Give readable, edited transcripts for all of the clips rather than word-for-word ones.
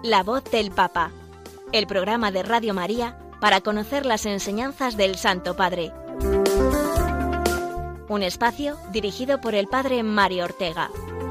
La voz del Papa, el programa de Radio María para conocer las enseñanzas del Santo Padre. Un espacio dirigido por el Padre Mario Ortega.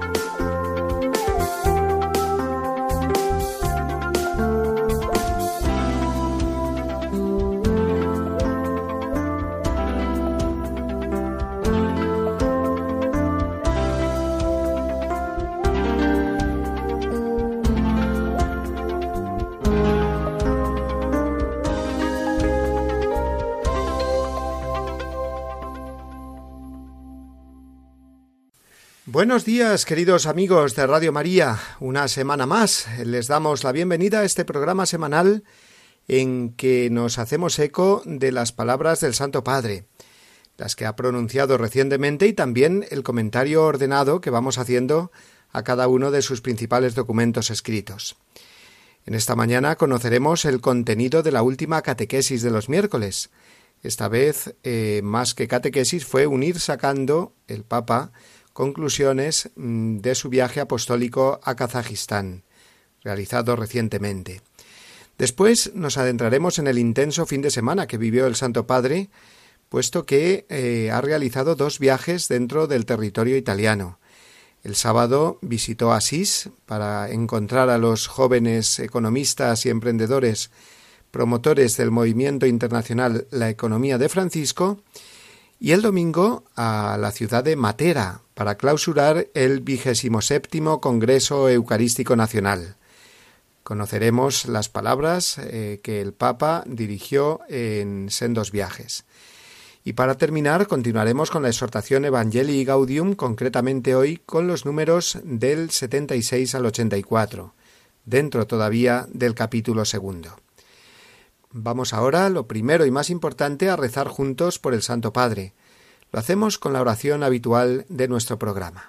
Buenos días, queridos amigos de Radio María. Una semana más les damos la bienvenida a este programa semanal en que nos hacemos eco de las palabras del Santo Padre, las que ha pronunciado recientemente, y también el comentario ordenado que vamos haciendo a cada uno de sus principales documentos escritos. En esta mañana conoceremos el contenido de la última catequesis de los miércoles. Esta vez, más que catequesis, fue unir sacando el Papa conclusiones de su viaje apostólico a Kazajistán, realizado recientemente. Después nos adentraremos en el intenso fin de semana que vivió el Santo Padre, puesto que ha realizado 2 viajes dentro del territorio italiano. El sábado visitó Asís para encontrar a los jóvenes economistas y emprendedores promotores del movimiento internacional La Economía de Francisco, y el domingo a la ciudad de Matera para clausurar el 27º Congreso Eucarístico Nacional. Conoceremos las palabras que el Papa dirigió en sendos viajes. Y para terminar, continuaremos con la exhortación Evangelii Gaudium, concretamente hoy con los números del 76 al 84, dentro todavía del capítulo 2. Vamos ahora, lo primero y más importante, a rezar juntos por el Santo Padre. Lo hacemos con la oración habitual de nuestro programa.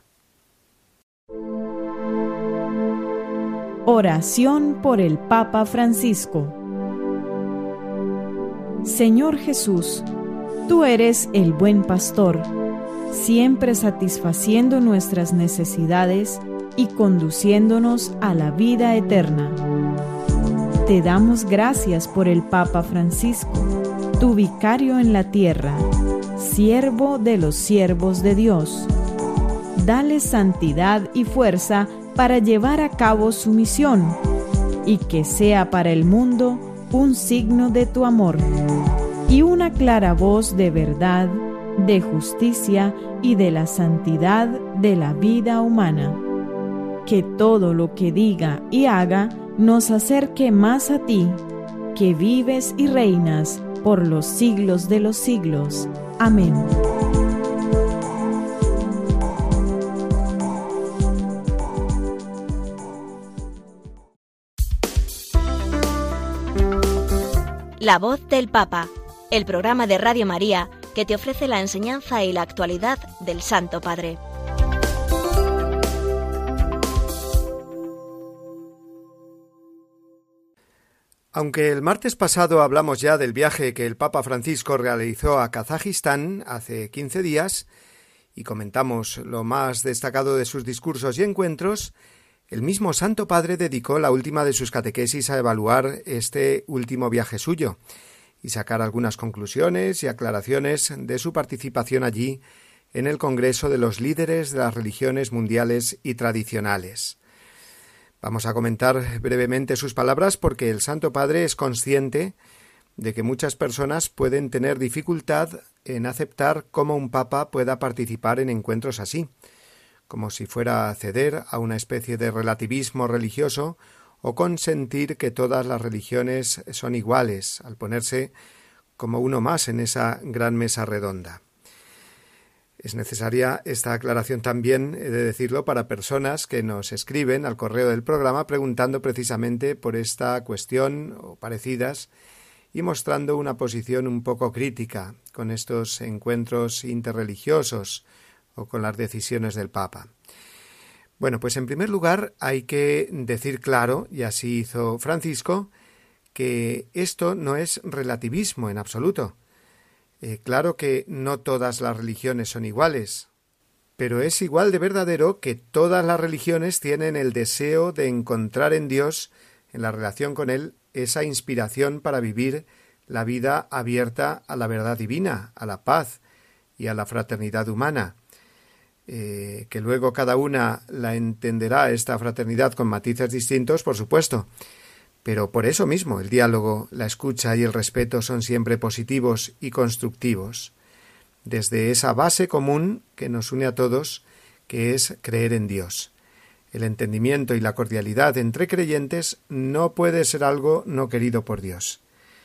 Oración por el Papa Francisco. Señor Jesús, tú eres el buen pastor, siempre satisfaciendo nuestras necesidades y conduciéndonos a la vida eterna. Te damos gracias por el Papa Francisco, tu vicario en la tierra, siervo de los siervos de Dios. Dale santidad y fuerza para llevar a cabo su misión, y que sea para el mundo un signo de tu amor, y una clara voz de verdad, de justicia y de la santidad de la vida humana. Que todo lo que diga y haga nos acerque más a ti, que vives y reinas por los siglos de los siglos. Amén. La voz del Papa, el programa de Radio María que te ofrece la enseñanza y la actualidad del Santo Padre. Aunque el martes pasado hablamos ya del viaje que el Papa Francisco realizó a Kazajistán hace 15 días y comentamos lo más destacado de sus discursos y encuentros, el mismo Santo Padre dedicó la última de sus catequesis a evaluar este último viaje suyo y sacar algunas conclusiones y aclaraciones de su participación allí en el Congreso de los Líderes de las Religiones Mundiales y Tradicionales. Vamos a comentar brevemente sus palabras porque el Santo Padre es consciente de que muchas personas pueden tener dificultad en aceptar cómo un papa pueda participar en encuentros así, como si fuera a ceder a una especie de relativismo religioso o consentir que todas las religiones son iguales, al ponerse como uno más en esa gran mesa redonda. Es necesaria esta aclaración también, he de decirlo, para personas que nos escriben al correo del programa preguntando precisamente por esta cuestión o parecidas y mostrando una posición un poco crítica con estos encuentros interreligiosos o con las decisiones del Papa. Bueno, pues en primer lugar hay que decir claro, y así hizo Francisco, que esto no es relativismo en absoluto. Claro que no todas las religiones son iguales, pero es igual de verdadero que todas las religiones tienen el deseo de encontrar en Dios en la relación con Él, esa inspiración para vivir la vida abierta a la verdad divina, a la paz y a la fraternidad humana, que luego cada una la entenderá, esta fraternidad, con matices distintos, por supuesto, pero por eso mismo el diálogo, la escucha y el respeto son siempre positivos y constructivos, desde esa base común que nos une a todos, que es creer en Dios. El entendimiento y la cordialidad entre creyentes no puede ser algo no querido por Dios.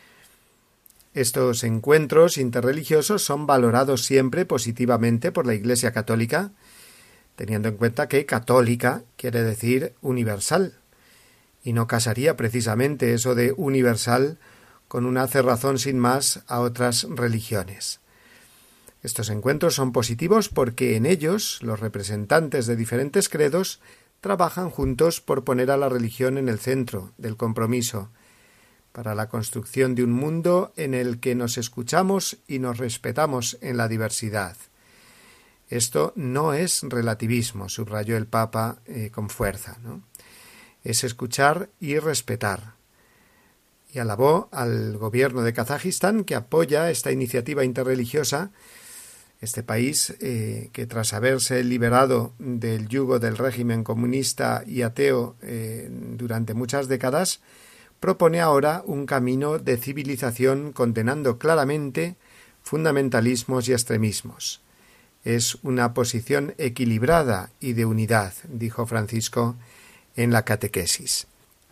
Estos encuentros interreligiosos son valorados siempre positivamente por la Iglesia católica, teniendo en cuenta que católica quiere decir universal, y no casaría precisamente eso de universal con una cerrazón sin más a otras religiones. Estos encuentros son positivos porque en ellos los representantes de diferentes credos trabajan juntos por poner a la religión en el centro del compromiso, para la construcción de un mundo en el que nos escuchamos y nos respetamos en la diversidad. Esto no es relativismo, subrayó el Papa con fuerza, ¿no? Es escuchar y respetar. Y alabó al gobierno de Kazajistán, que apoya esta iniciativa interreligiosa. Este país, que tras haberse liberado del yugo del régimen comunista y ateo durante muchas décadas, propone ahora un camino de civilización condenando claramente fundamentalismos y extremismos. Es una posición equilibrada y de unidad, dijo Francisco en la catequesis.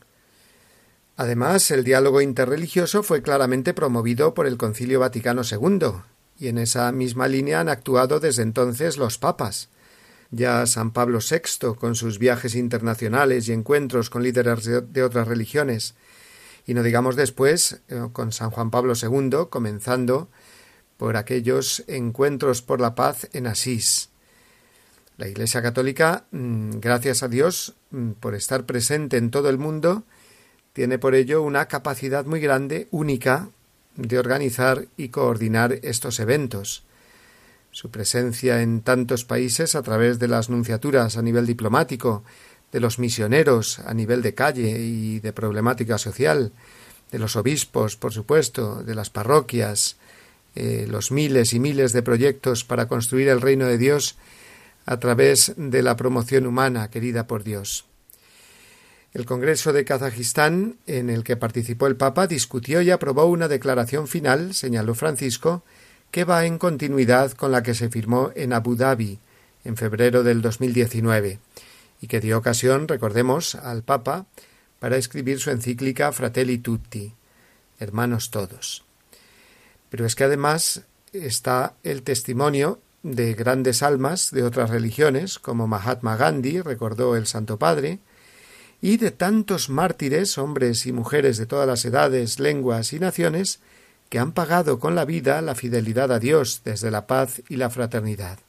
Además, el diálogo interreligioso fue claramente promovido por el Concilio Vaticano II, y en esa misma línea han actuado desde entonces los papas. Ya San Pablo VI, con sus viajes internacionales y encuentros con líderes de otras religiones, y no digamos después con San Juan Pablo II, comenzando por aquellos encuentros por la paz en Asís. La Iglesia Católica, gracias a Dios por estar presente en todo el mundo, tiene por ello una capacidad muy grande, única, de organizar y coordinar estos eventos. Su presencia en tantos países a través de las nunciaturas a nivel diplomático, de los misioneros a nivel de calle y de problemática social, de los obispos, por supuesto, de las parroquias, los miles y miles de proyectos para construir el reino de Dios a través de la promoción humana querida por Dios. El Congreso de Kazajistán, en el que participó el Papa, discutió y aprobó una declaración final, señaló Francisco, que va en continuidad con la que se firmó en Abu Dhabi en febrero del 2019 y que dio ocasión, recordemos, al Papa para escribir su encíclica Fratelli Tutti, hermanos todos. Pero es que además está el testimonio de grandes almas de otras religiones, como Mahatma Gandhi, recordó el Santo Padre, y de tantos mártires, hombres y mujeres de todas las edades, lenguas y naciones, que han pagado con la vida la fidelidad a Dios desde la paz y la fraternidad.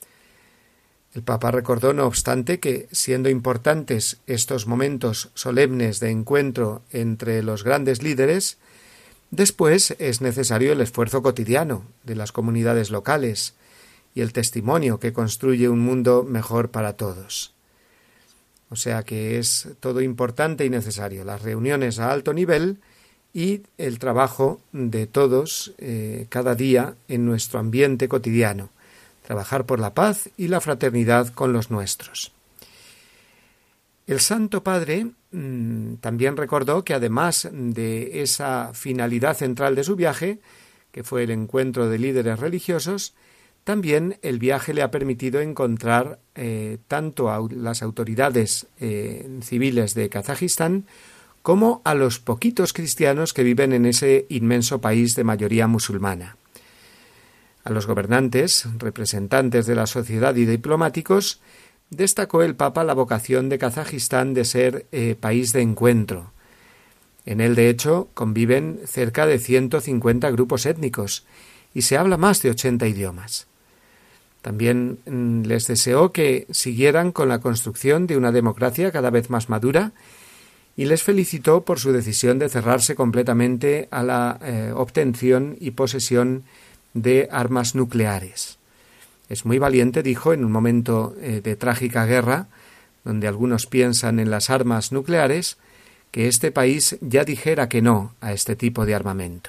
El Papa recordó, no obstante, que, siendo importantes estos momentos solemnes de encuentro entre los grandes líderes, después es necesario el esfuerzo cotidiano de las comunidades locales y el testimonio que construye un mundo mejor para todos. O sea que es todo importante y necesario, las reuniones a alto nivel y el trabajo de todos cada día en nuestro ambiente cotidiano, trabajar por la paz y la fraternidad con los nuestros. El Santo Padre también recordó que además de esa finalidad central de su viaje, que fue el encuentro de líderes religiosos, también el viaje le ha permitido encontrar tanto a las autoridades civiles de Kazajistán como a los poquitos cristianos que viven en ese inmenso país de mayoría musulmana. A los gobernantes, representantes de la sociedad y diplomáticos, destacó el Papa la vocación de Kazajistán de ser país de encuentro. En él, de hecho, conviven cerca de 150 grupos étnicos y se habla más de 80 idiomas. También les deseó que siguieran con la construcción de una democracia cada vez más madura y les felicitó por su decisión de cerrarse completamente a la obtención y posesión de armas nucleares. Es muy valiente, dijo, en un momento de trágica guerra, donde algunos piensan en las armas nucleares, que este país ya dijera que no a este tipo de armamento.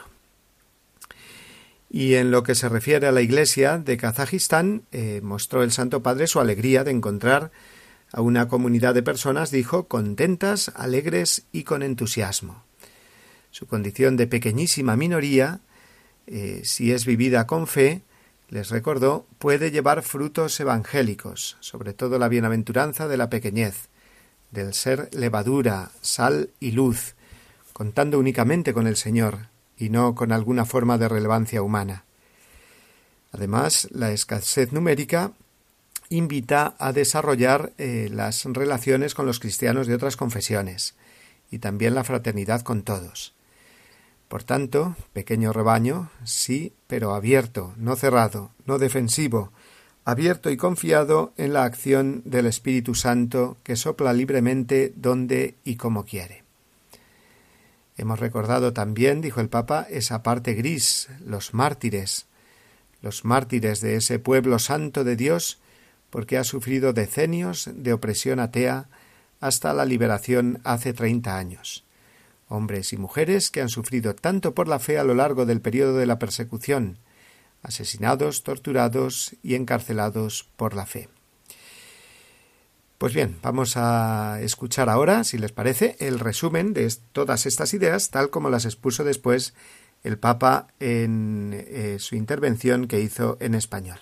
Y en lo que se refiere a la Iglesia de Kazajistán, mostró el Santo Padre su alegría de encontrar a una comunidad de personas, dijo, contentas, alegres y con entusiasmo. Su condición de pequeñísima minoría, si es vivida con fe, les recordó, puede llevar frutos evangélicos, sobre todo la bienaventuranza de la pequeñez, del ser levadura, sal y luz, contando únicamente con el Señor y no con alguna forma de relevancia humana. Además, la escasez numérica invita a desarrollar las relaciones con los cristianos de otras confesiones y también la fraternidad con todos. Por tanto, pequeño rebaño, sí, pero abierto, no cerrado, no defensivo, abierto y confiado en la acción del Espíritu Santo que sopla libremente donde y como quiere. Hemos recordado también, dijo el Papa, esa parte gris, los mártires de ese pueblo santo de Dios, porque ha sufrido decenios de opresión atea hasta la liberación hace 30 años. Hombres y mujeres que han sufrido tanto por la fe a lo largo del periodo de la persecución, asesinados, torturados y encarcelados por la fe. Pues bien, vamos a escuchar ahora, si les parece, el resumen de todas estas ideas, tal como las expuso después el Papa en su intervención que hizo en español.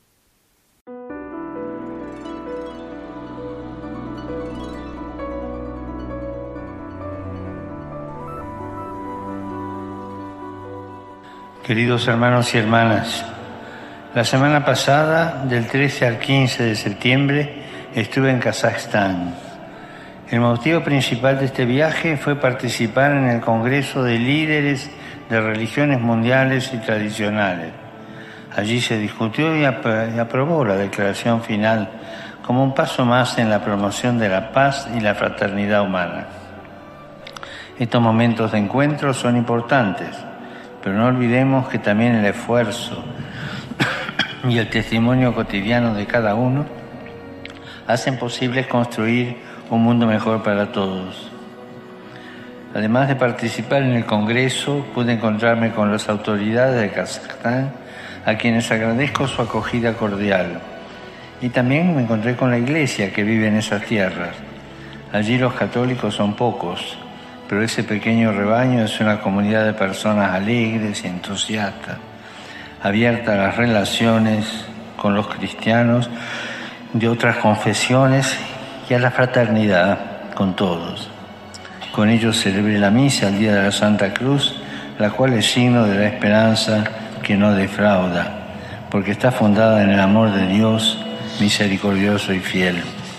Queridos hermanos y hermanas, la semana pasada, del 13 al 15 de septiembre, estuve en Kazajstán. El motivo principal de este viaje fue participar en el Congreso de Líderes de Religiones Mundiales y Tradicionales. Allí se discutió y aprobó la declaración final como un paso más en la promoción de la paz y la fraternidad humana. Estos momentos de encuentro son importantes, pero no olvidemos que también el esfuerzo y el testimonio cotidiano de cada uno hacen posible construir un mundo mejor para todos. Además de participar en el Congreso, pude encontrarme con las autoridades de Kazajstán, a quienes agradezco su acogida cordial. Y también me encontré con la Iglesia que vive en esas tierras. Allí los católicos son pocos, pero ese pequeño rebaño es una comunidad de personas alegres y entusiastas, abierta a las relaciones con los cristianos de otras confesiones y a la fraternidad con todos. Con ellos celebré la misa el día de la Santa Cruz, la cual es signo de la esperanza que no defrauda, porque está fundada en el amor de Dios misericordioso y fiel.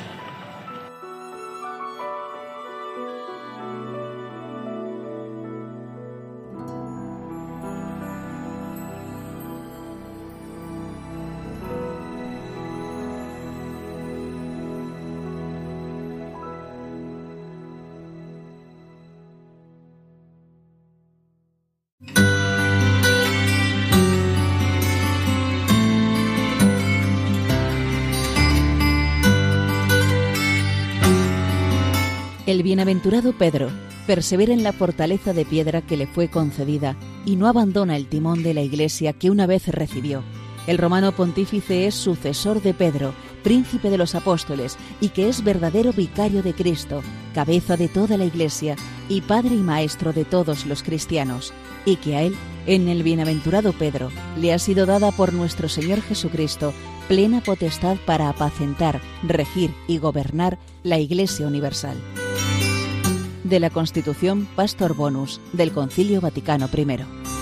El bienaventurado Pedro persevera en la fortaleza de piedra que le fue concedida y no abandona el timón de la Iglesia que una vez recibió. El romano pontífice es sucesor de Pedro, príncipe de los apóstoles, y que es verdadero vicario de Cristo, cabeza de toda la Iglesia y padre y maestro de todos los cristianos, y que a él, en el bienaventurado Pedro, le ha sido dada por nuestro Señor Jesucristo plena potestad para apacentar, regir y gobernar la Iglesia universal. De la Constitución Pastor Bonus del Concilio Vaticano I.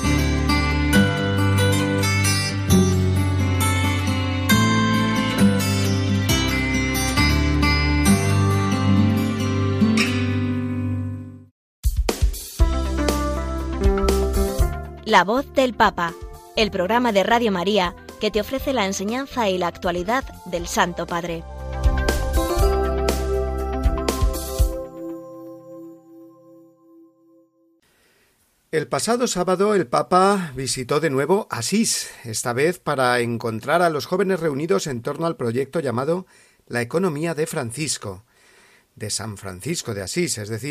La voz del Papa, el programa de Radio María que te ofrece la enseñanza y la actualidad del Santo Padre. El pasado sábado el Papa visitó de nuevo Asís, esta vez para encontrar a los jóvenes reunidos en torno al proyecto llamado La Economía de Francisco, de San Francisco de Asís, es decir,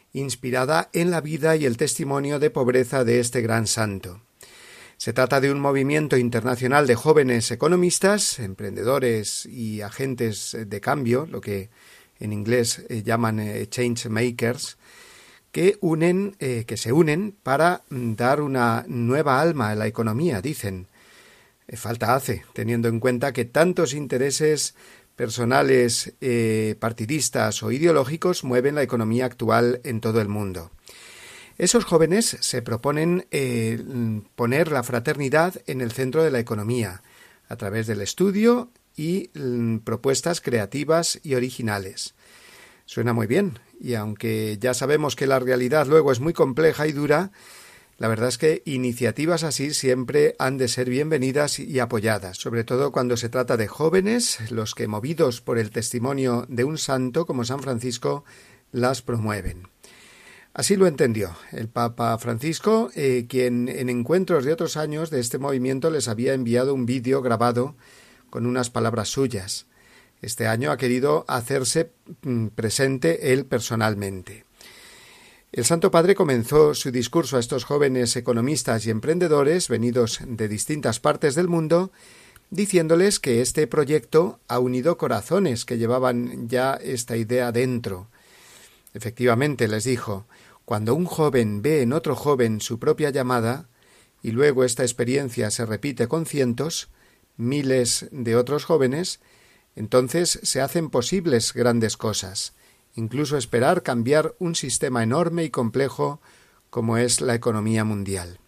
inspirada en la vida y el testimonio de pobreza de este gran santo. Se trata de un movimiento internacional de jóvenes economistas, emprendedores y agentes de cambio, lo que en inglés llaman change makers, que se unen para dar una nueva alma a la economía, dicen. Falta hace, teniendo en cuenta que tantos intereses personales, partidistas o ideológicos mueven la economía actual en todo el mundo. Esos jóvenes se proponen poner la fraternidad en el centro de la economía, a través del estudio y propuestas creativas y originales. Suena muy bien, y aunque ya sabemos que la realidad luego es muy compleja y dura, la verdad es que iniciativas así siempre han de ser bienvenidas y apoyadas, sobre todo cuando se trata de jóvenes, los que, movidos por el testimonio de un santo como San Francisco, las promueven. Así lo entendió el Papa Francisco, quien en encuentros de otros años de este movimiento les había enviado un vídeo grabado con unas palabras suyas. Este año ha querido hacerse presente él personalmente. El Santo Padre comenzó su discurso a estos jóvenes economistas y emprendedores venidos de distintas partes del mundo, diciéndoles que este proyecto ha unido corazones que llevaban ya esta idea dentro. Efectivamente, les dijo, cuando un joven ve en otro joven su propia llamada, y luego esta experiencia se repite con cientos, miles de otros jóvenes, entonces se hacen posibles grandes cosas, incluso esperar cambiar un sistema enorme y complejo como es la economía mundial.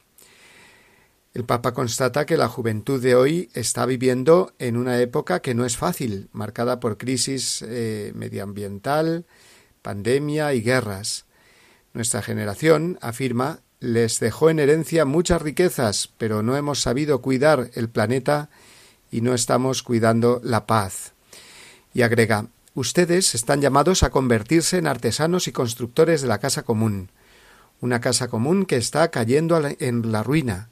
El Papa constata que la juventud de hoy está viviendo en una época que no es fácil, marcada por crisis medioambiental, pandemia y guerras. Nuestra generación, afirma, les dejó en herencia muchas riquezas, pero no hemos sabido cuidar el planeta y no estamos cuidando la paz. Y agrega, ustedes están llamados a convertirse en artesanos y constructores de la casa común, una casa común que está cayendo en la ruina.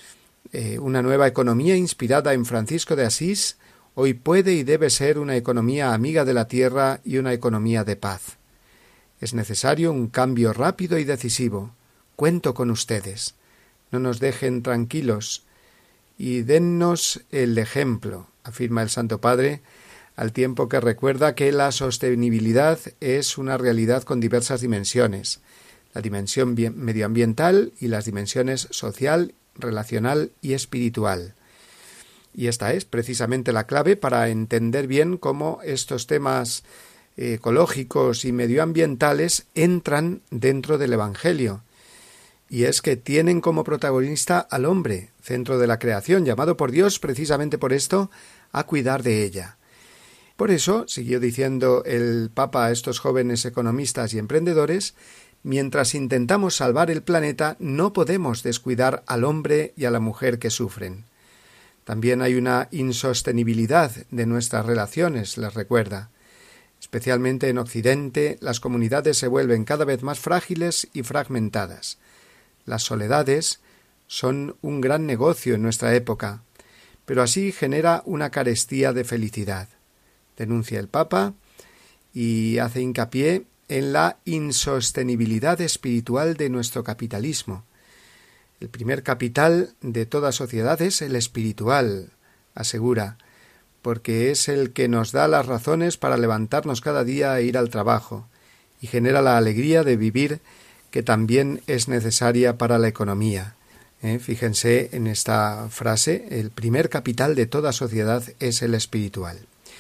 Una nueva economía inspirada en Francisco de Asís hoy puede y debe ser una economía amiga de la tierra y una economía de paz. Es necesario un cambio rápido y decisivo. Cuento con ustedes. No nos dejen tranquilos y dennos el ejemplo, afirma el Santo Padre, al tiempo que recuerda que la sostenibilidad es una realidad con diversas dimensiones, la dimensión medioambiental y las dimensiones social, relacional y espiritual. Y esta es precisamente la clave para entender bien cómo estos temas ecológicos y medioambientales entran dentro del Evangelio, y es que tienen como protagonista al hombre, centro de la creación, llamado por Dios precisamente por esto a cuidar de ella. Por eso, siguió diciendo el Papa a estos jóvenes economistas y emprendedores, mientras intentamos salvar el planeta, no podemos descuidar al hombre y a la mujer que sufren. También hay una insostenibilidad de nuestras relaciones, les recuerda. Especialmente en Occidente, las comunidades se vuelven cada vez más frágiles y fragmentadas. Las soledades son un gran negocio en nuestra época, pero así genera una carestía de felicidad. Denuncia el Papa y hace hincapié en la insostenibilidad espiritual de nuestro capitalismo. El primer capital de toda sociedad es el espiritual, asegura, porque es el que nos da las razones para levantarnos cada día e ir al trabajo, y genera la alegría de vivir que también es necesaria para la economía. Fíjense en esta frase, el primer capital de toda sociedad es el espiritual.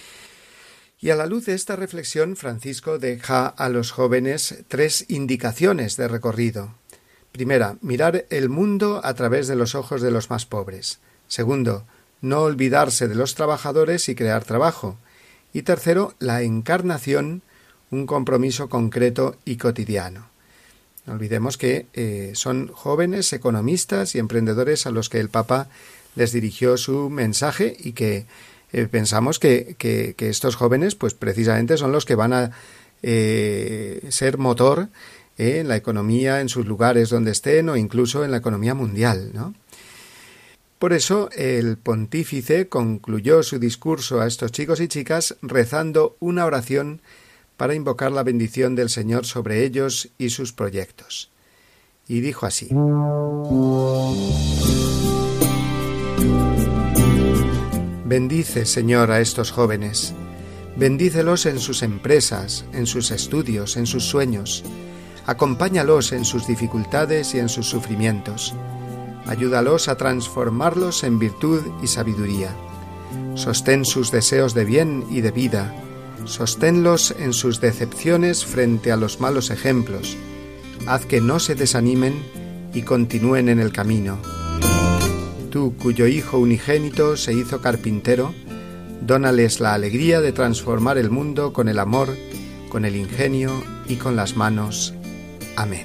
Y a la luz de esta reflexión, Francisco deja a los jóvenes 3 indicaciones de recorrido. Primera, mirar el mundo a través de los ojos de los más pobres. Segundo, no olvidarse de los trabajadores y crear trabajo. Y tercero, la encarnación, un compromiso concreto y cotidiano. No olvidemos que son jóvenes economistas y emprendedores a los que el Papa les dirigió su mensaje y que pensamos que estos jóvenes pues precisamente son los que van a ser motor en la economía en sus lugares donde estén o incluso en la economía mundial, ¿no? Por eso el pontífice concluyó su discurso a estos chicos y chicas rezando una oración para invocar la bendición del Señor sobre ellos y sus proyectos. Y dijo así: Bendice, Señor, a estos jóvenes. Bendícelos en sus empresas, en sus estudios, en sus sueños. Acompáñalos en sus dificultades y en sus sufrimientos. Ayúdalos a transformarlos en virtud y sabiduría. Sostén sus deseos de bien y de vida. Sosténlos en sus decepciones frente a los malos ejemplos. Haz que no se desanimen y continúen en el camino. Tú, cuyo Hijo unigénito se hizo carpintero, dónales la alegría de transformar el mundo con el amor, con el ingenio y con las manos. Amén.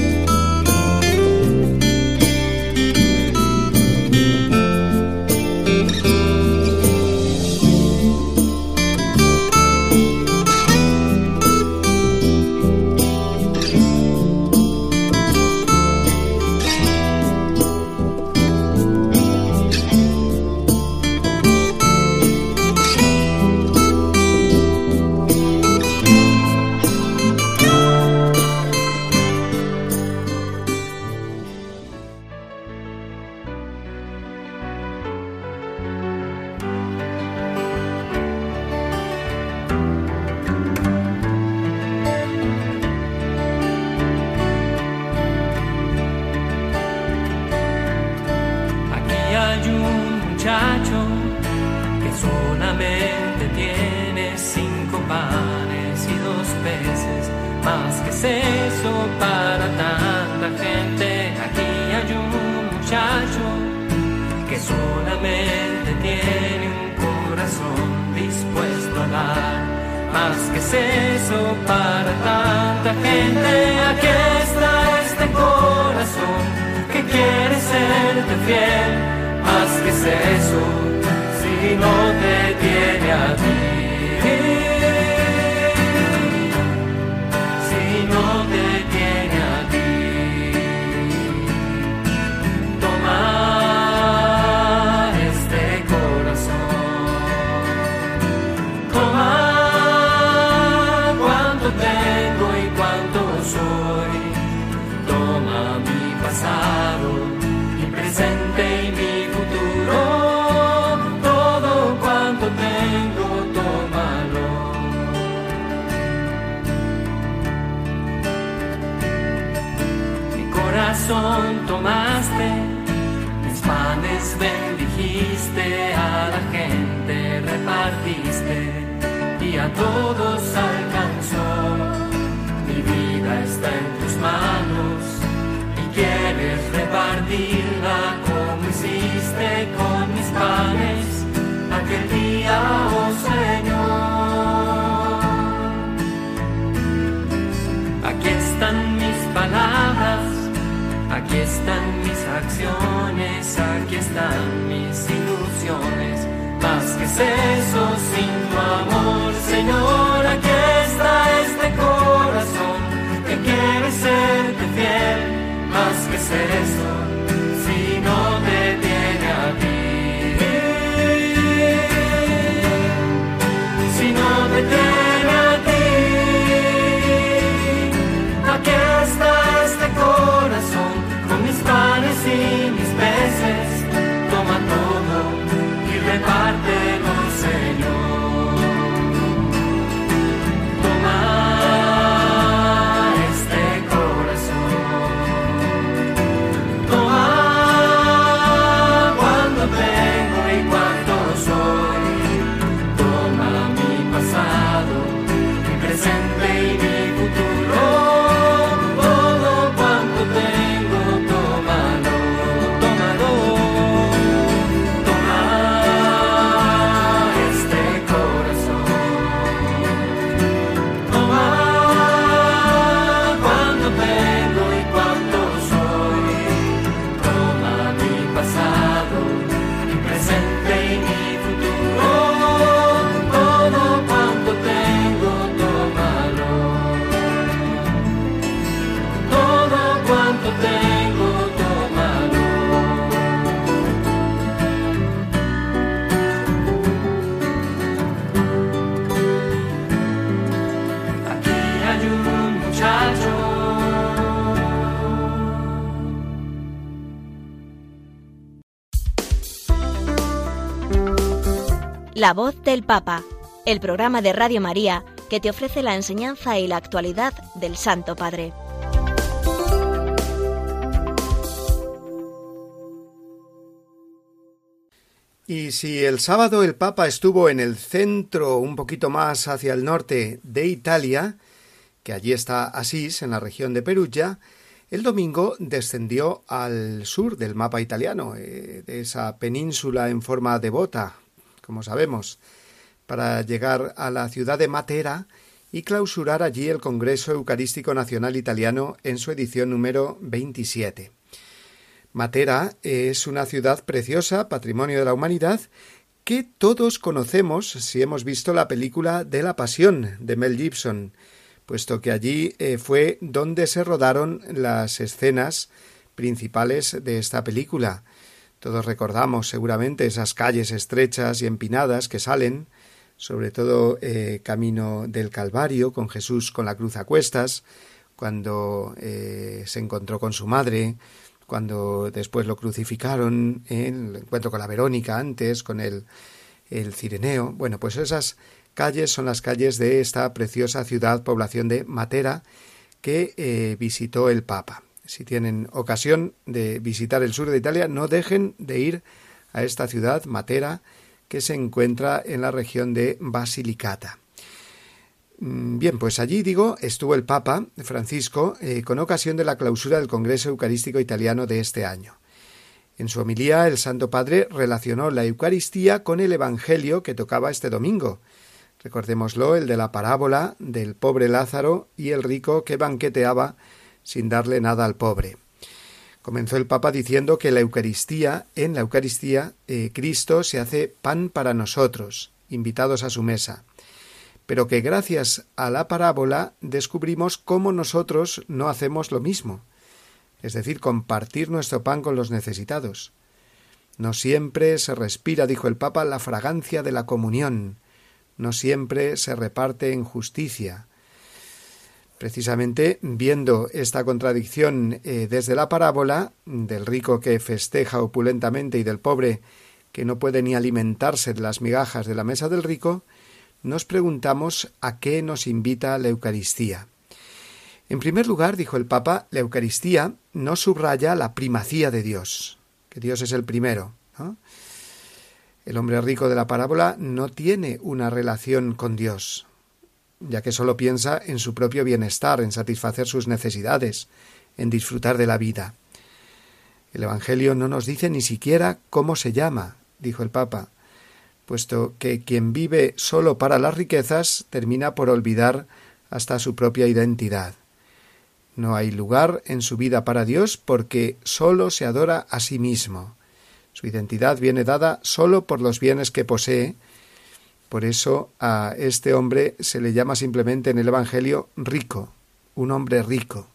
Tomaste mis panes, bendijiste, a la gente repartiste y a todos alcanzó. Mi vida está en tus manos y quieres repartirla como hiciste con mis panes aquel día, oh Señor. Aquí están mis palabras, aquí están mis acciones, aquí están mis ilusiones. Más que es eso sin tu amor, Señor. Aquí está este corazón que quiere serte fiel. Más que es eso si no te tiene a ti. Si no te tiene a ti. Aquí está este corazón con mis panes y mis peces. Toma todo y repártelo, Señor. La Voz del Papa, el programa de Radio María que te ofrece la enseñanza y la actualidad del Santo Padre. Y si el sábado el Papa estuvo en el centro, un poquito más hacia el norte de Italia, que allí está Asís, en la región de Perugia, el domingo descendió al sur del mapa italiano, de esa península en forma de bota, como sabemos, para llegar a la ciudad de Matera y clausurar allí el Congreso Eucarístico Nacional Italiano en su edición número 27. Matera es una ciudad preciosa, patrimonio de la humanidad, que todos conocemos si hemos visto la película de La Pasión de Mel Gibson, puesto que allí fue donde se rodaron las escenas principales de esta película. Todos recordamos seguramente esas calles estrechas y empinadas que salen, sobre todo camino del Calvario, con Jesús con la cruz a cuestas, cuando se encontró con su madre, cuando después lo crucificaron, el encuentro con la Verónica antes, con el Cireneo. Bueno, pues esas calles son las calles de esta preciosa ciudad, población de Matera, que visitó el Papa. Si tienen ocasión de visitar el sur de Italia, no dejen de ir a esta ciudad, Matera, que se encuentra en la región de Basilicata. Bien, pues allí, estuvo el Papa Francisco con ocasión de la clausura del Congreso Eucarístico Italiano de este año. En su homilía, el Santo Padre relacionó la Eucaristía con el Evangelio que tocaba este domingo. Recordémoslo, el de la parábola del pobre Lázaro y el rico que banqueteaba sin darle nada al pobre. Comenzó el Papa diciendo que en la Eucaristía, Cristo se hace pan para nosotros, invitados a su mesa, pero que gracias a la parábola descubrimos cómo nosotros no hacemos lo mismo, es decir, compartir nuestro pan con los necesitados. No siempre se respira, dijo el Papa, la fragancia de la comunión, no siempre se reparte en justicia. Precisamente viendo esta contradicción desde la parábola, del rico que festeja opulentamente y del pobre que no puede ni alimentarse de las migajas de la mesa del rico, nos preguntamos a qué nos invita la Eucaristía. En primer lugar, dijo el Papa, la Eucaristía no subraya la primacía de Dios, que Dios es el primero, ¿no? El hombre rico de la parábola no tiene una relación con Dios, ya que solo piensa en su propio bienestar, en satisfacer sus necesidades, en disfrutar de la vida. El Evangelio no nos dice ni siquiera cómo se llama, dijo el Papa, puesto que quien vive solo para las riquezas termina por olvidar hasta su propia identidad. No hay lugar en su vida para Dios porque solo se adora a sí mismo. Su identidad viene dada solo por los bienes que posee. Por eso a este hombre se le llama simplemente en el Evangelio rico, un hombre rico.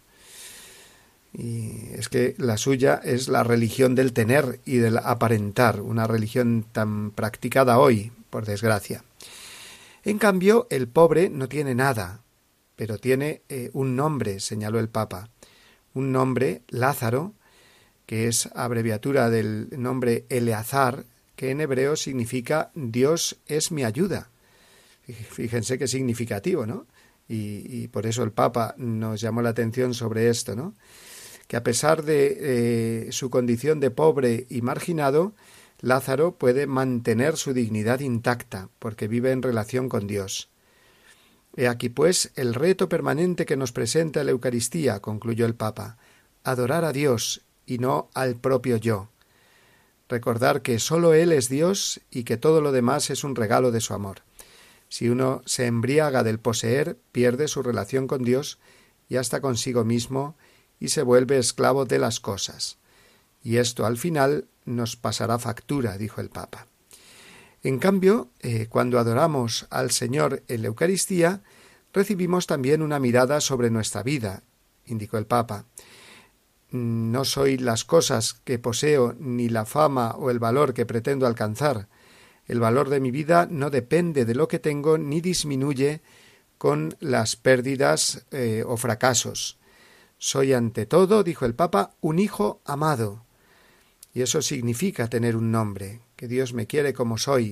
Y es que la suya es la religión del tener y del aparentar, una religión tan practicada hoy, por desgracia. En cambio, el pobre no tiene nada, pero tiene un nombre, señaló el Papa, un nombre, Lázaro, que es abreviatura del nombre Eleazar, que en hebreo significa Dios es mi ayuda. Fíjense qué significativo, ¿no? Y por eso el Papa nos llamó la atención sobre esto, ¿no? Que a pesar de su condición de pobre y marginado, Lázaro puede mantener su dignidad intacta, porque vive en relación con Dios. He aquí, pues, el reto permanente que nos presenta la Eucaristía, concluyó el Papa, adorar a Dios y no al propio yo. Recordar que sólo Él es Dios y que todo lo demás es un regalo de su amor. Si uno se embriaga del poseer, pierde su relación con Dios y hasta consigo mismo y se vuelve esclavo de las cosas. Y esto al final nos pasará factura, dijo el Papa. En cambio, cuando adoramos al Señor en la Eucaristía, recibimos también una mirada sobre nuestra vida, indicó el Papa. No soy las cosas que poseo, ni la fama o el valor que pretendo alcanzar. El valor de mi vida no depende de lo que tengo ni disminuye con las pérdidas o fracasos. Soy ante todo, dijo el Papa, un hijo amado. Y eso significa tener un nombre, que Dios me quiere como soy,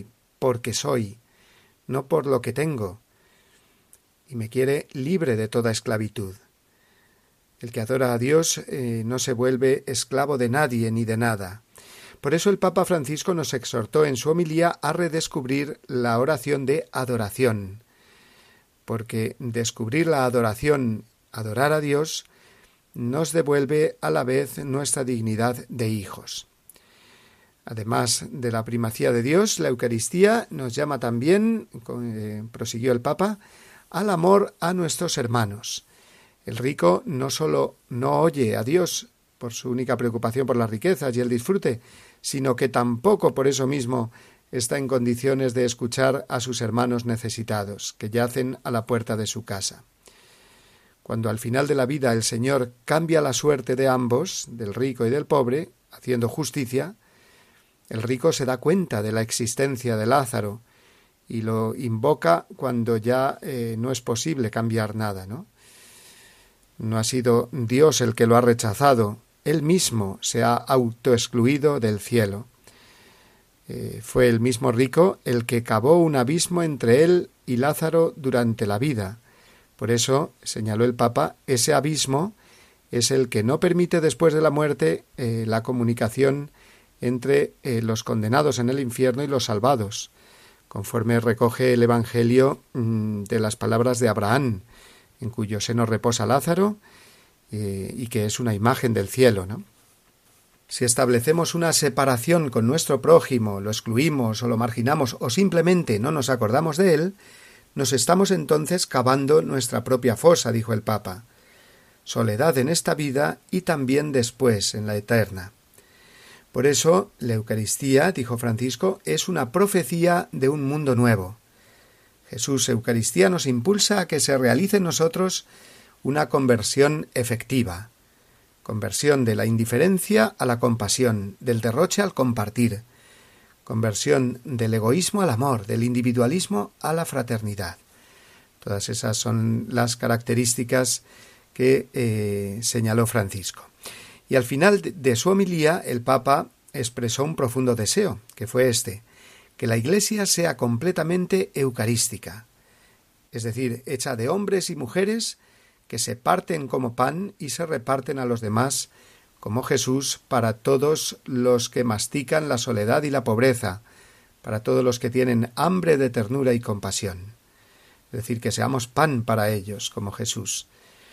porque soy, no por lo que tengo, y me quiere libre de toda esclavitud. El que adora a Dios no se vuelve esclavo de nadie ni de nada. Por eso el Papa Francisco nos exhortó en su homilía a redescubrir la oración de adoración, porque descubrir la adoración, adorar a Dios, nos devuelve a la vez nuestra dignidad de hijos. Además de la primacía de Dios, la Eucaristía nos llama también, prosiguió el Papa, al amor a nuestros hermanos. El rico no solo no oye a Dios por su única preocupación por las riquezas y el disfrute, sino que tampoco por eso mismo está en condiciones de escuchar a sus hermanos necesitados, que yacen a la puerta de su casa. Cuando al final de la vida el Señor cambia la suerte de ambos, del rico y del pobre, haciendo justicia, el rico se da cuenta de la existencia de Lázaro y lo invoca cuando ya no es posible cambiar nada, ¿no? No ha sido Dios el que lo ha rechazado, Él mismo se ha autoexcluido del cielo. Fue el mismo rico el que cavó un abismo entre él y Lázaro durante la vida. Por eso, señaló el Papa, ese abismo es el que no permite después de la muerte la comunicación entre los condenados en el infierno y los salvados, conforme recoge el Evangelio de las palabras de Abraham, en cuyo seno reposa Lázaro, y que es una imagen del cielo, ¿no? Si establecemos una separación con nuestro prójimo, lo excluimos o lo marginamos o simplemente no nos acordamos de él, nos estamos entonces cavando nuestra propia fosa, dijo el Papa. Soledad en esta vida y también después, en la eterna. Por eso, la Eucaristía, dijo Francisco, es una profecía de un mundo nuevo. Jesús Eucaristía nos impulsa a que se realice en nosotros una conversión efectiva, conversión de la indiferencia a la compasión, del derroche al compartir, conversión del egoísmo al amor, del individualismo a la fraternidad. Todas esas son las características que señaló Francisco. Y al final de su homilía, el Papa expresó un profundo deseo, que fue que la Iglesia sea completamente eucarística, es decir, hecha de hombres y mujeres que se parten como pan y se reparten a los demás como Jesús para todos los que mastican la soledad y la pobreza, para todos los que tienen hambre de ternura y compasión. Es decir, que seamos pan para ellos como Jesús.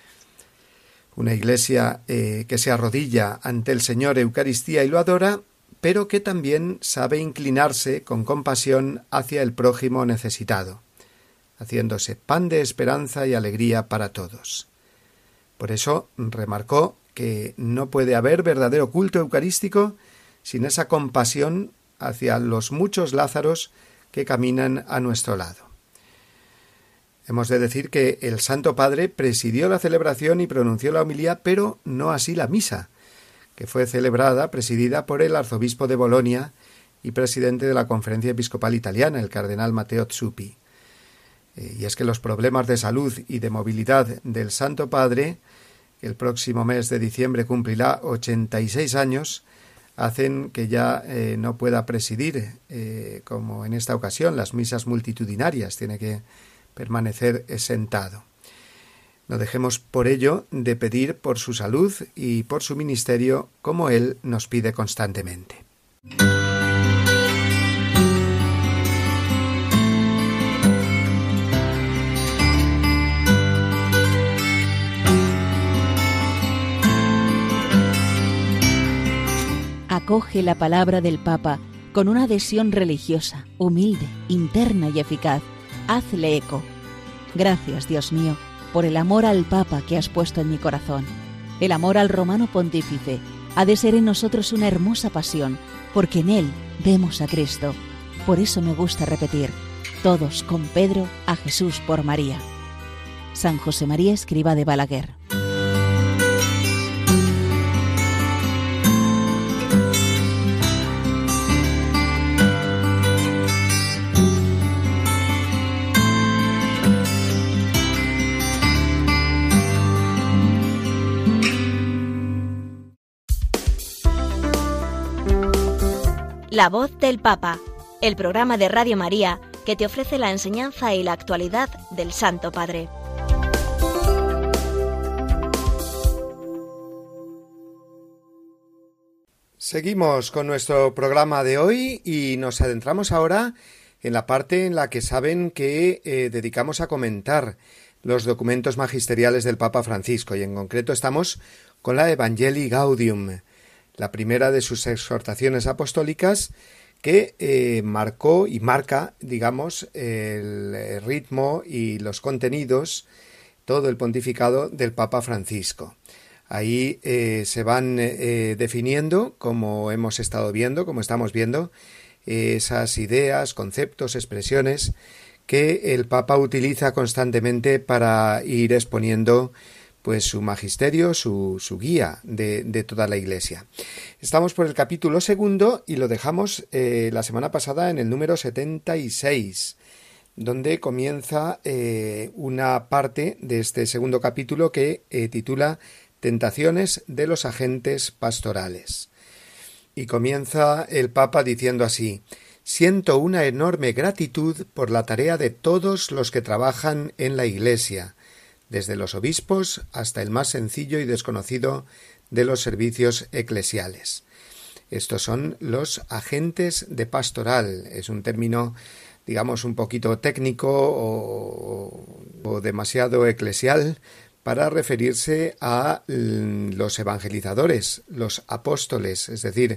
Una Iglesia que se arrodilla ante el Señor Eucaristía y lo adora, pero que también sabe inclinarse con compasión hacia el prójimo necesitado, haciéndose pan de esperanza y alegría para todos. Por eso remarcó que no puede haber verdadero culto eucarístico sin esa compasión hacia los muchos Lázaros que caminan a nuestro lado. Hemos de decir que el Santo Padre presidió la celebración y pronunció la homilía, pero no así la misa, que fue presidida por el arzobispo de Bolonia y presidente de la Conferencia Episcopal Italiana, el cardenal Matteo Zuppi. Y es que los problemas de salud y de movilidad del Santo Padre, que el próximo mes de diciembre cumplirá 86 años, hacen que ya no pueda presidir, como en esta ocasión, las misas multitudinarias, tiene que permanecer sentado. No dejemos por ello de pedir por su salud y por su ministerio, como él nos pide constantemente. Acoge la palabra del Papa con una adhesión religiosa, humilde, interna y eficaz. Hazle eco. Gracias, Dios mío, por el amor al Papa que has puesto en mi corazón. El amor al romano pontífice ha de ser en nosotros una hermosa pasión, porque en él vemos a Cristo. Por eso me gusta repetir, todos con Pedro, a Jesús por María. San José María Escrivá de Balaguer. La voz del Papa, el programa de Radio María que te ofrece la enseñanza y la actualidad del Santo Padre. Seguimos con nuestro programa de hoy y nos adentramos ahora en la parte en la que saben que dedicamos a comentar los documentos magisteriales del Papa Francisco, y en concreto estamos con la Evangelii Gaudium, la primera de sus exhortaciones apostólicas que marcó y marca, digamos, el ritmo y los contenidos, todo el pontificado del Papa Francisco. Ahí se van definiendo, como hemos estado viendo, como estamos viendo, esas ideas, conceptos, expresiones que el Papa utiliza constantemente para ir exponiendo pues su magisterio, su guía de toda la Iglesia. Estamos por el capítulo 2 y lo dejamos la semana pasada en el número 76, donde comienza una parte de este segundo capítulo que titula Tentaciones de los agentes pastorales. Y comienza el Papa diciendo así: siento una enorme gratitud por la tarea de todos los que trabajan en la Iglesia, desde los obispos hasta el más sencillo y desconocido de los servicios eclesiales. Estos son los agentes de pastoral. Es un término, digamos, un poquito técnico o demasiado eclesial para referirse a los evangelizadores, los apóstoles, es decir,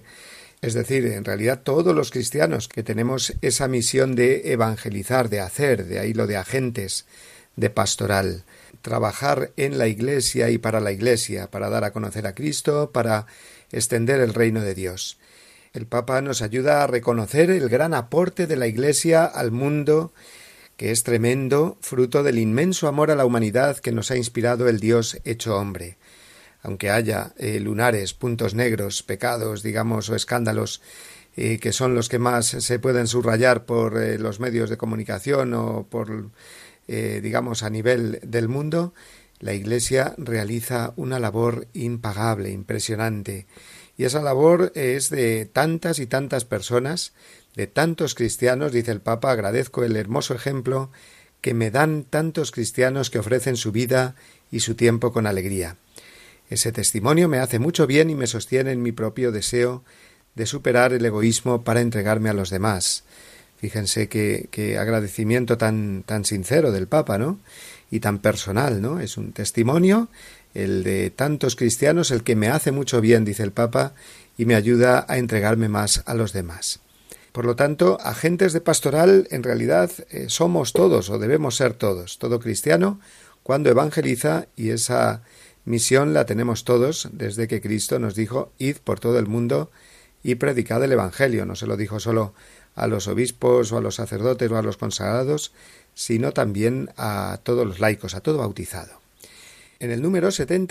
en realidad todos los cristianos que tenemos esa misión de evangelizar, de hacer, de ahí lo de agentes de pastoral, trabajar en la Iglesia y para la Iglesia, para dar a conocer a Cristo, para extender el reino de Dios. El Papa nos ayuda a reconocer el gran aporte de la Iglesia al mundo, que es tremendo, fruto del inmenso amor a la humanidad que nos ha inspirado el Dios hecho hombre. Aunque haya lunares, puntos negros, pecados, digamos, o escándalos, que son los que más se pueden subrayar por los medios de comunicación o por digamos, a nivel del mundo, la Iglesia realiza una labor impagable, impresionante. Y esa labor es de tantas y tantas personas, de tantos cristianos, dice el Papa: agradezco el hermoso ejemplo que me dan tantos cristianos que ofrecen su vida y su tiempo con alegría. Ese testimonio me hace mucho bien y me sostiene en mi propio deseo de superar el egoísmo para entregarme a los demás. Fíjense qué agradecimiento tan sincero del Papa, ¿no? Y tan personal, ¿no? Es un testimonio, el de tantos cristianos, el que me hace mucho bien, dice el Papa, y me ayuda a entregarme más a los demás. Por lo tanto, agentes de pastoral en realidad somos todos, o debemos ser todos. Todo cristiano, cuando evangeliza, y esa misión la tenemos todos desde que Cristo nos dijo: id por todo el mundo y predicad el Evangelio. No se lo dijo solo a los obispos o a los sacerdotes o a los consagrados, sino también a todos los laicos, a todo bautizado. En el número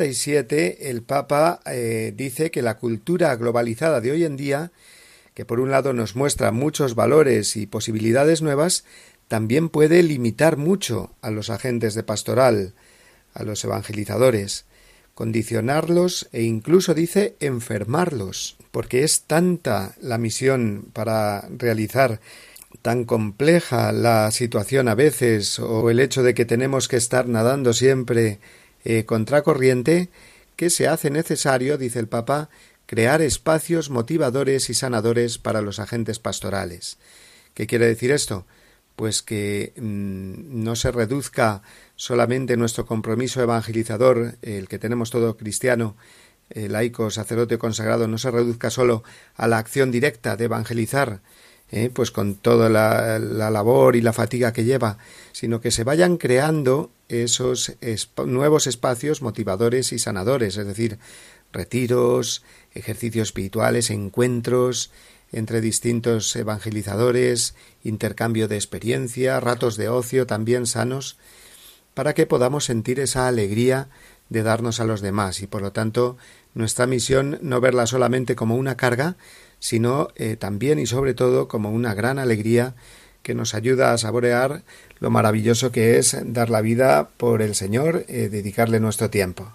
77 el Papa dice que la cultura globalizada de hoy en día, que por un lado nos muestra muchos valores y posibilidades nuevas, también puede limitar mucho a los agentes de pastoral, a los evangelizadores, condicionarlos e incluso, dice, enfermarlos, porque es tanta la misión para realizar, tan compleja la situación a veces, o el hecho de que tenemos que estar nadando siempre contracorriente, que se hace necesario, dice el Papa, crear espacios motivadores y sanadores para los agentes pastorales. ¿Qué quiere decir esto? Pues que no se reduzca solamente nuestro compromiso evangelizador, el que tenemos todo cristiano, laico, sacerdote consagrado, no se reduzca solo a la acción directa de evangelizar, pues con toda la labor y la fatiga que lleva, sino que se vayan creando esos nuevos espacios motivadores y sanadores, es decir, retiros, ejercicios espirituales, encuentros entre distintos evangelizadores, intercambio de experiencia, ratos de ocio también sanos, para que podamos sentir esa alegría de darnos a los demás y, por lo tanto, nuestra misión no verla solamente como una carga, sino también y sobre todo como una gran alegría que nos ayuda a saborear lo maravilloso que es dar la vida por el Señor, dedicarle nuestro tiempo.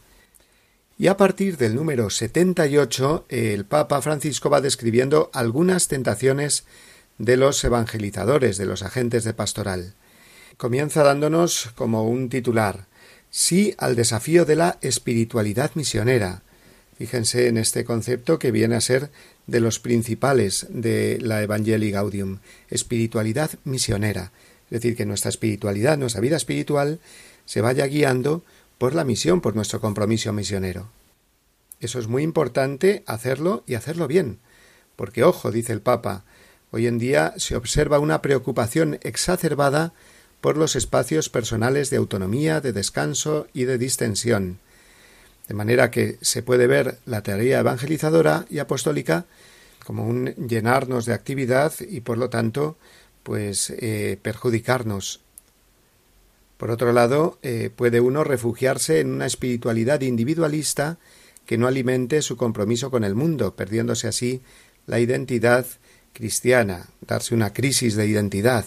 Y a partir del número 78, el Papa Francisco va describiendo algunas tentaciones de los evangelizadores, de los agentes de pastoral. Comienza dándonos como un titular: sí al desafío de la espiritualidad misionera. Fíjense en este concepto que viene a ser de los principales de la Evangelii Gaudium, espiritualidad misionera. Es decir, que nuestra espiritualidad, nuestra vida espiritual, se vaya guiando por la misión, por nuestro compromiso misionero. Eso es muy importante hacerlo y hacerlo bien, porque, ojo, dice el Papa, hoy en día se observa una preocupación exacerbada por los espacios personales de autonomía, de descanso y de distensión. De manera que se puede ver la tarea evangelizadora y apostólica como un llenarnos de actividad y, por lo tanto, perjudicarnos. Por otro lado, puede uno refugiarse en una espiritualidad individualista que no alimente su compromiso con el mundo, perdiéndose así la identidad cristiana, darse una crisis de identidad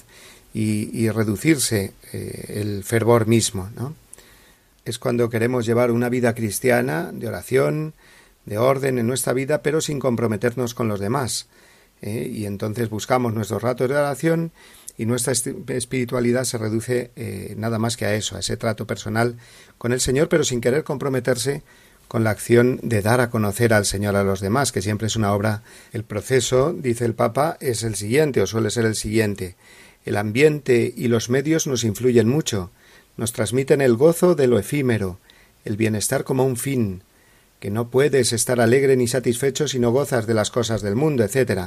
y reducirse el fervor mismo, ¿no? Es cuando queremos llevar una vida cristiana, de oración, de orden en nuestra vida, pero sin comprometernos con los demás. Y entonces buscamos nuestros ratos de oración y nuestra espiritualidad se reduce nada más que a eso, a ese trato personal con el Señor, pero sin querer comprometerse con la acción de dar a conocer al Señor a los demás, que siempre es una obra. El proceso, dice el Papa, es el siguiente, o suele ser el siguiente. El ambiente y los medios nos influyen mucho, nos transmiten el gozo de lo efímero, el bienestar como un fin, que no puedes estar alegre ni satisfecho si no gozas de las cosas del mundo, etc.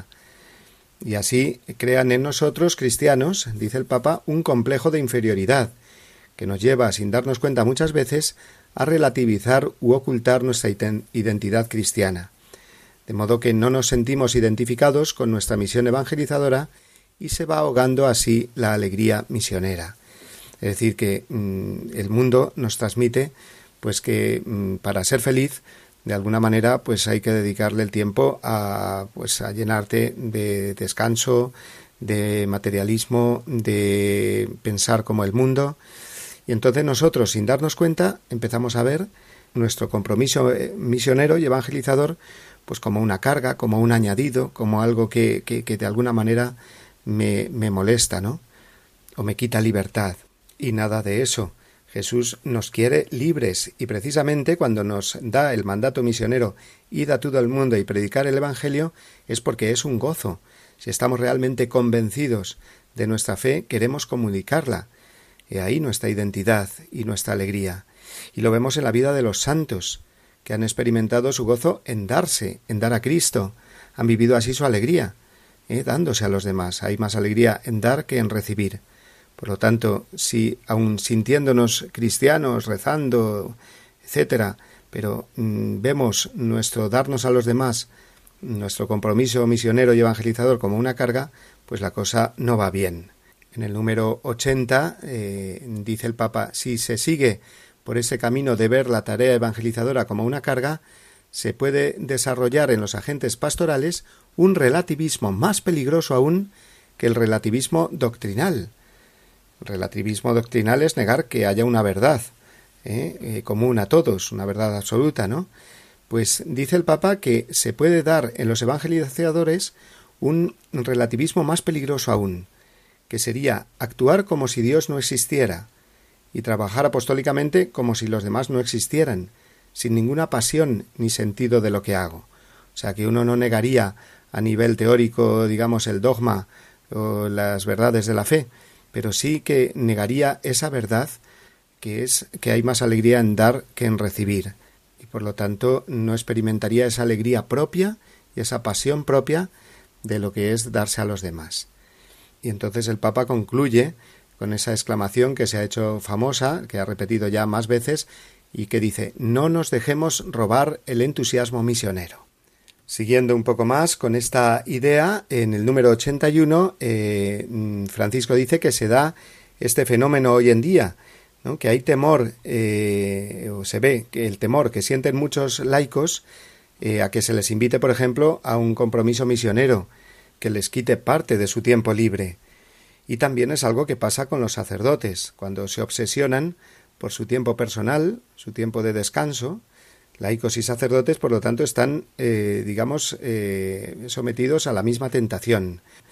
Y así crean en nosotros, cristianos, dice el Papa, un complejo de inferioridad, que nos lleva, sin darnos cuenta muchas veces, a relativizar u ocultar nuestra identidad cristiana. De modo que no nos sentimos identificados con nuestra misión evangelizadora y se va ahogando así la alegría misionera. Es decir, que el mundo nos transmite que para ser feliz, de alguna manera, hay que dedicarle el tiempo a llenarte de descanso, de materialismo, de pensar como el mundo. Y entonces nosotros, sin darnos cuenta, empezamos a ver nuestro compromiso misionero y evangelizador como una carga, como un añadido, como algo que de alguna manera me molesta, ¿no? O me quita libertad. Y nada de eso. Jesús nos quiere libres y precisamente cuando nos da el mandato misionero id a todo el mundo y predicar el Evangelio es porque es un gozo. Si estamos realmente convencidos de nuestra fe, queremos comunicarla. He ahí nuestra identidad y nuestra alegría. Y lo vemos en la vida de los santos, que han experimentado su gozo en darse, en dar a Cristo. Han vivido así su alegría, dándose a los demás. Hay más alegría en dar que en recibir. Por lo tanto, si aun sintiéndonos cristianos, rezando, etcétera, pero vemos nuestro darnos a los demás, nuestro compromiso misionero y evangelizador como una carga, la cosa no va bien. En el número 80 dice el Papa, si se sigue por ese camino de ver la tarea evangelizadora como una carga, se puede desarrollar en los agentes pastorales un relativismo más peligroso aún que el relativismo doctrinal. El relativismo doctrinal es negar que haya una verdad común a todos, una verdad absoluta, ¿no? Pues dice el Papa que se puede dar en los evangelizadores un relativismo más peligroso aún, que sería actuar como si Dios no existiera y trabajar apostólicamente como si los demás no existieran, sin ninguna pasión ni sentido de lo que hago. O sea, que uno no negaría a nivel teórico, digamos, el dogma o las verdades de la fe, pero sí que negaría esa verdad que es que hay más alegría en dar que en recibir. Y por lo tanto no experimentaría esa alegría propia y esa pasión propia de lo que es darse a los demás. Y entonces el Papa concluye con esa exclamación que se ha hecho famosa, que ha repetido ya más veces, y que dice: no nos dejemos robar el entusiasmo misionero. Siguiendo un poco más con esta idea, en el número 81, Francisco dice que se da este fenómeno hoy en día, ¿no? Que hay temor, o se ve que el temor que sienten muchos laicos a que se les invite, por ejemplo, a un compromiso misionero, que les quite parte de su tiempo libre. Y también es algo que pasa con los sacerdotes, cuando se obsesionan por su tiempo personal, su tiempo de descanso. Laicos y sacerdotes, por lo tanto, están, sometidos a la misma tentación.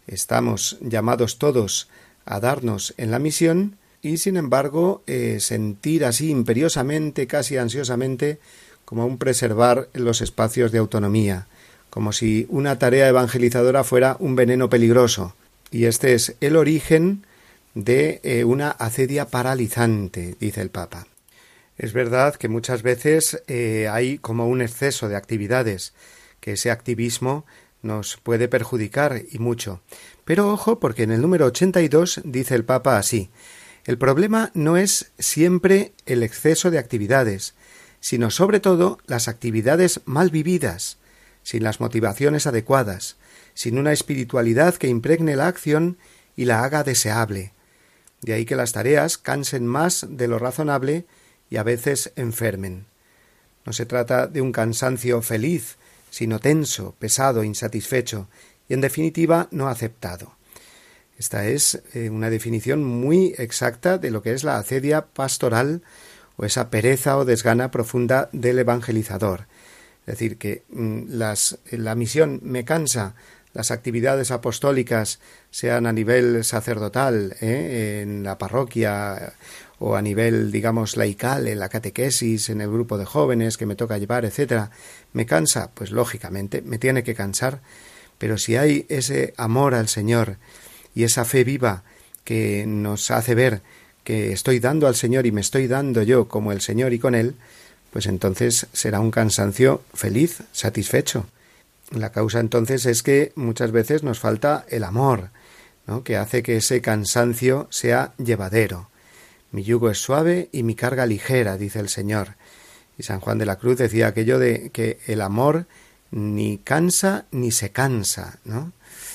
Estamos llamados todos a darnos en la misión y, sin embargo, sentir así imperiosamente, casi ansiosamente, como un preservar los espacios de autonomía, como si una tarea evangelizadora fuera un veneno peligroso. Y este es el origen de una acedia paralizante, dice el Papa. Es verdad que muchas veces hay como un exceso de actividades, que ese activismo nos puede perjudicar y mucho. Pero ojo, porque en el número 82 dice el Papa así: el problema no es siempre el exceso de actividades, sino sobre todo las actividades mal vividas, sin las motivaciones adecuadas, sin una espiritualidad que impregne la acción y la haga deseable. De ahí que las tareas cansen más de lo razonable y a veces enfermen. No se trata de un cansancio feliz, sino tenso, pesado, insatisfecho y, en definitiva, no aceptado. Esta es una definición muy exacta de lo que es la acedia pastoral o esa pereza o desgana profunda del evangelizador. Es decir, que la misión me cansa, las actividades apostólicas, sean a nivel sacerdotal, en la parroquia, o a nivel, digamos, laical, en la catequesis, en el grupo de jóvenes que me toca llevar, etcétera, ¿me cansa? Pues lógicamente me tiene que cansar, pero si hay ese amor al Señor y esa fe viva que nos hace ver que estoy dando al Señor y me estoy dando yo como el Señor y con Él, pues entonces será un cansancio feliz, satisfecho. La causa entonces es que muchas veces nos falta el amor, ¿no?, que hace que ese cansancio sea llevadero. Mi yugo es suave y mi carga ligera, dice el Señor. Y San Juan de la Cruz decía aquello de que el amor ni cansa ni se cansa, ¿no?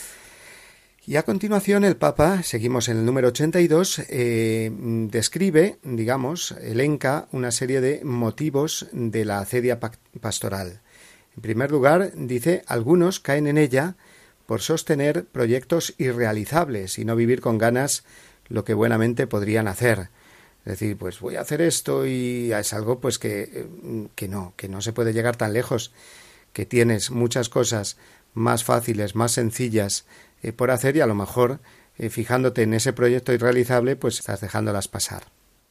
Y a continuación el Papa, seguimos en el número 82, describe, digamos, elenca una serie de motivos de la acedia pastoral. En primer lugar, dice, algunos caen en ella por sostener proyectos irrealizables y no vivir con ganas lo que buenamente podrían hacer. Es decir, pues voy a hacer esto y es algo pues que no se puede llegar tan lejos, que tienes muchas cosas más fáciles, más sencillas por hacer y a lo mejor fijándote en ese proyecto irrealizable pues estás dejándolas pasar.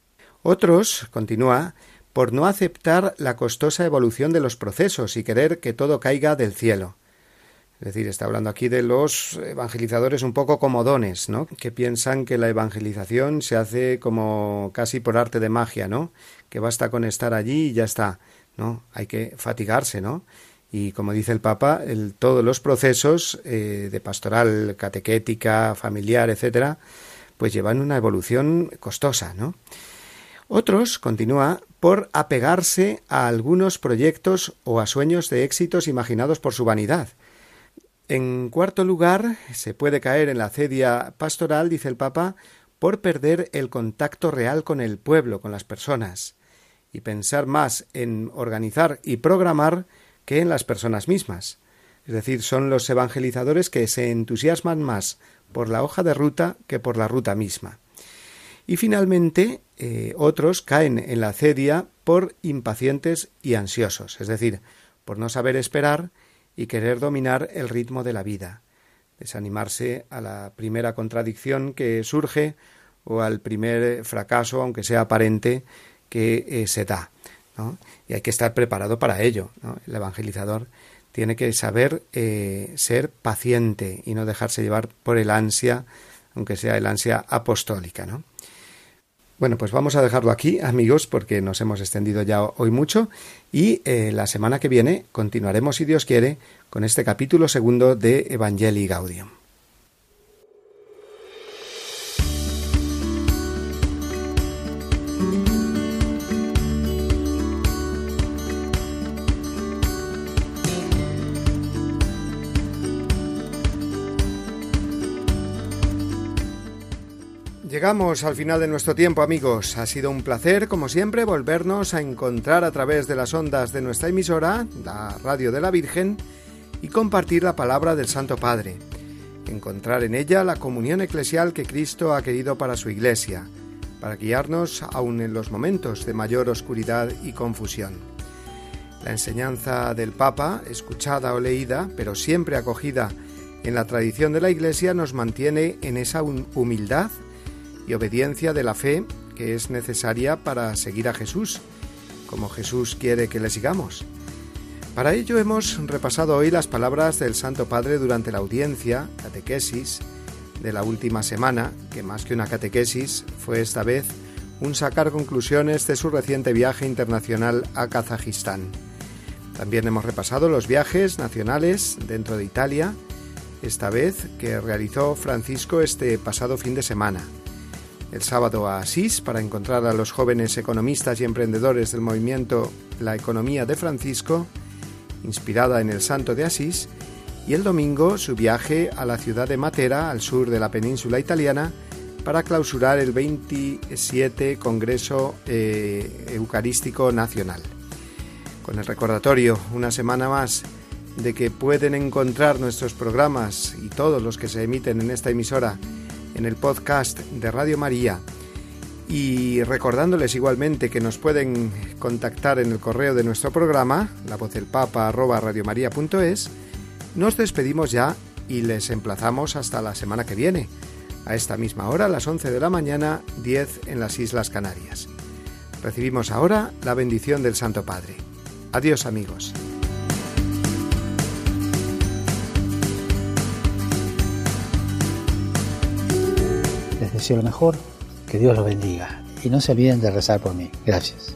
Otros, continúa, por no aceptar la costosa evolución de los procesos y querer que todo caiga del cielo. Es decir, está hablando aquí de los evangelizadores un poco comodones, ¿no?, que piensan que la evangelización se hace como casi por arte de magia, ¿no?, que basta con estar allí y ya está, ¿no?, hay que fatigarse, ¿no?, y como dice el Papa, todos los procesos de pastoral, catequética, familiar, etcétera, pues llevan una evolución costosa, ¿no? Otros, continúa, por apegarse a algunos proyectos o a sueños de éxitos imaginados por su vanidad. En cuarto lugar, se puede caer en la acedia pastoral, dice el Papa, por perder el contacto real con el pueblo, con las personas, y pensar más en organizar y programar que en las personas mismas. Es decir, son los evangelizadores que se entusiasman más por la hoja de ruta que por la ruta misma. Y finalmente, otros caen en la acedia por impacientes y ansiosos, es decir, por no saber esperar y querer dominar el ritmo de la vida, desanimarse a la primera contradicción que surge o al primer fracaso, aunque sea aparente, que se da, ¿no? Y hay que estar preparado para ello, ¿no? El evangelizador tiene que saber ser paciente y no dejarse llevar por el ansia, aunque sea el ansia apostólica, ¿no? Bueno, pues vamos a dejarlo aquí, amigos, porque nos hemos extendido ya hoy mucho y la semana que viene continuaremos, si Dios quiere, con este capítulo 2 de Evangelii Gaudium. Llegamos al final de nuestro tiempo, amigos. Ha sido un placer, como siempre, volvernos a encontrar a través de las ondas de nuestra emisora, la Radio de la Virgen, y compartir la palabra del Santo Padre. Encontrar en ella la comunión eclesial que Cristo ha querido para su Iglesia, para guiarnos aun en los momentos de mayor oscuridad y confusión. La enseñanza del Papa, escuchada o leída, pero siempre acogida en la tradición de la Iglesia nos mantiene en esa humildad y obediencia de la fe que es necesaria para seguir a Jesús, como Jesús quiere que le sigamos. Para ello hemos repasado hoy las palabras del Santo Padre durante la audiencia, catequesis, de la última semana, que más que una catequesis fue esta vez un sacar conclusiones de su reciente viaje internacional a Kazajistán. También hemos repasado los viajes nacionales dentro de Italia, esta vez que realizó Francisco este pasado fin de semana. El sábado a Asís para encontrar a los jóvenes economistas y emprendedores del movimiento La Economía de Francisco, inspirada en el Santo de Asís, y el domingo su viaje a la ciudad de Matera, al sur de la península italiana, para clausurar el 27 Congreso Eucarístico Nacional. Con el recordatorio, una semana más, de que pueden encontrar nuestros programas y todos los que se emiten en esta emisora en el podcast de Radio María, y recordándoles igualmente que nos pueden contactar en el correo de nuestro programa, lavozdelpapa@radiomaria.es. Nos despedimos ya y les emplazamos hasta la semana que viene, a esta misma hora, a las 11 de la mañana, 10 en las Islas Canarias. Recibimos ahora la bendición del Santo Padre. Adiós, amigos. Les deseo lo mejor, que Dios los bendiga y no se olviden de rezar por mí. Gracias.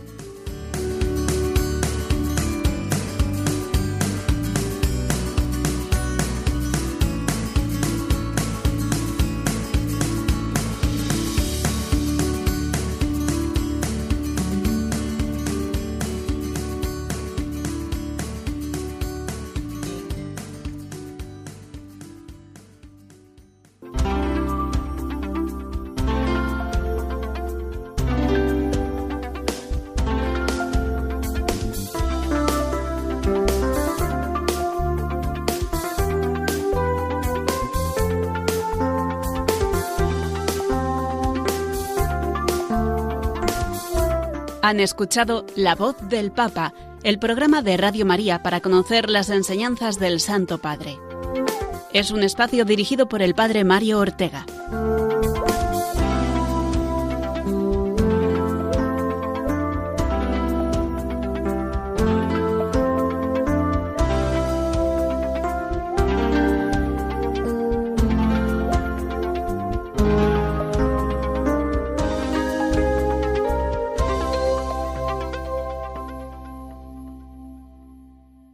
Han escuchado La Voz del Papa, el programa de Radio María para conocer las enseñanzas del Santo Padre. Es un espacio dirigido por el Padre Mario Ortega.